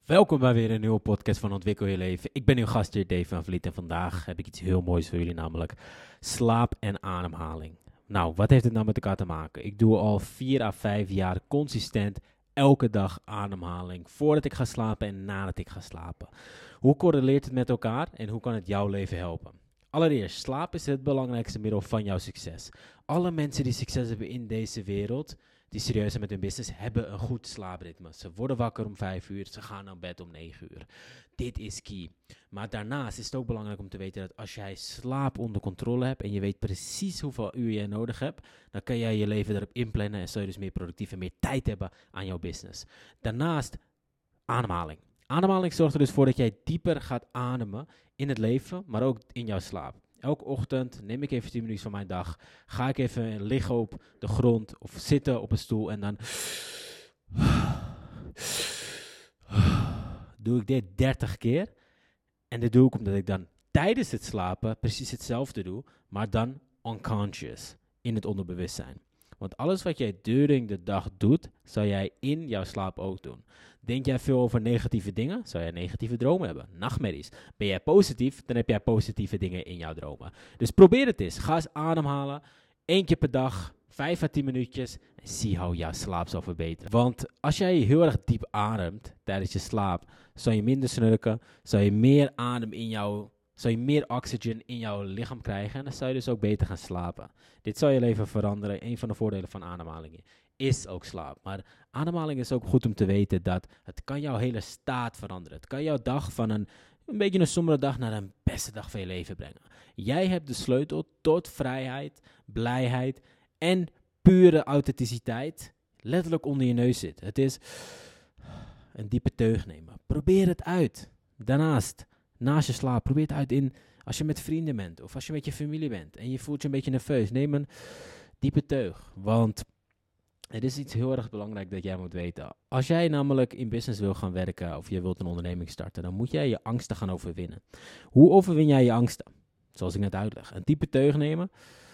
Welkom bij weer een nieuwe podcast van Ontwikkel Je Leven. Ik ben uw gastheer Dave van Vliet en vandaag heb ik iets heel moois voor jullie, namelijk slaap en ademhaling. Nou, wat heeft het nou met elkaar te maken? Ik doe al 4 à 5 jaar consistent elke dag ademhaling voordat ik ga slapen en nadat ik ga slapen. Hoe correleert het met elkaar en hoe kan het jouw leven helpen? Allereerst, slaap is het belangrijkste middel van jouw succes. Alle mensen die succes hebben in deze wereld, die serieus zijn met hun business, hebben een goed slaapritme. Ze worden wakker om 5 uur, ze gaan naar bed om 9 uur. Dit is key. Maar daarnaast is het ook belangrijk om te weten dat als jij slaap onder controle hebt en je weet precies hoeveel uur je nodig hebt, dan kan jij je leven erop inplannen en zul je dus meer productief en meer tijd hebben aan jouw business. Daarnaast ademhaling. Ademhaling zorgt er dus voor dat jij dieper gaat ademen in het leven, maar ook in jouw slaap. Elke ochtend neem ik even 10 minuutjes van mijn dag, ga ik even liggen op de grond of zitten op een stoel en dan doe ik dit 30 keer. En dit doe ik omdat ik dan tijdens het slapen precies hetzelfde doe, maar dan unconscious, in het onderbewustzijn. Want alles wat jij during de dag doet, zou jij in jouw slaap ook doen. Denk jij veel over negatieve dingen, zou jij negatieve dromen hebben, nachtmerries. Ben jij positief, dan heb jij positieve dingen in jouw dromen. Dus probeer het eens. Ga eens ademhalen, 1 keer per dag, 5 à 10 minuutjes en zie hoe jouw slaap zal verbeteren. Want als jij heel erg diep ademt tijdens je slaap, zal je minder snurken, zal je meer adem in jouw, zal je meer oxygen in jouw lichaam krijgen en dan zal je dus ook beter gaan slapen. Dit zal je leven veranderen. Een van de voordelen van ademhalingen is ook slaap. Maar ademhaling is ook goed om te weten dat het kan jouw hele staat veranderen. Het kan jouw dag van een beetje een sombere dag naar een beste dag van je leven brengen. Jij hebt de sleutel tot vrijheid, blijheid en pure authenticiteit letterlijk onder je neus zit. Het is een diepe teug nemen. Probeer het uit. Daarnaast, naast je slaap, probeer het uit als je met vrienden bent of als je met je familie bent en je voelt je een beetje nerveus. Neem een diepe teug, want het is iets heel erg belangrijk dat jij moet weten. Als jij namelijk in business wil gaan werken of je wilt een onderneming starten, dan moet jij je angsten gaan overwinnen. Hoe overwin jij je angsten? Zoals ik net uitleg. Een diepe teug nemen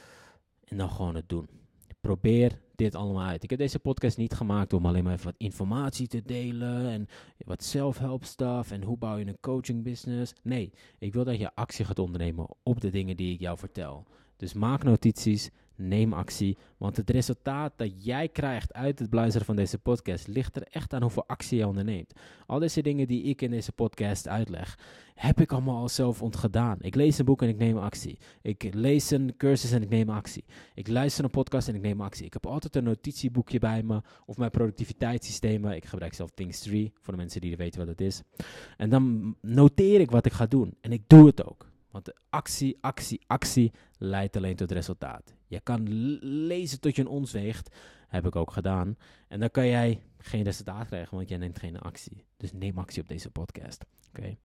en dan gewoon het doen. Probeer dit allemaal uit. Ik heb deze podcast niet gemaakt om alleen maar even wat informatie te delen en wat self-help stuff en hoe bouw je een coaching business. Nee, ik wil dat je actie gaat ondernemen op de dingen die ik jou vertel. Dus maak notities, neem actie, want het resultaat dat jij krijgt uit het beluisteren van deze podcast ligt er echt aan hoeveel actie je onderneemt. Al deze dingen die ik in deze podcast uitleg, heb ik allemaal al zelf ontgedaan. Ik lees een boek en ik neem actie. Ik lees een cursus en ik neem actie. Ik luister een podcast en ik neem actie. Ik heb altijd een notitieboekje bij me of mijn productiviteitssystemen. Ik gebruik zelf Things3 voor de mensen die weten wat het is. En dan noteer ik wat ik ga doen en ik doe het ook. Want de actie leidt alleen tot resultaat. Je kan lezen tot je een ons weegt. Heb ik ook gedaan. En dan kan jij geen resultaat krijgen, want jij neemt geen actie. Dus neem actie op deze podcast. Oké.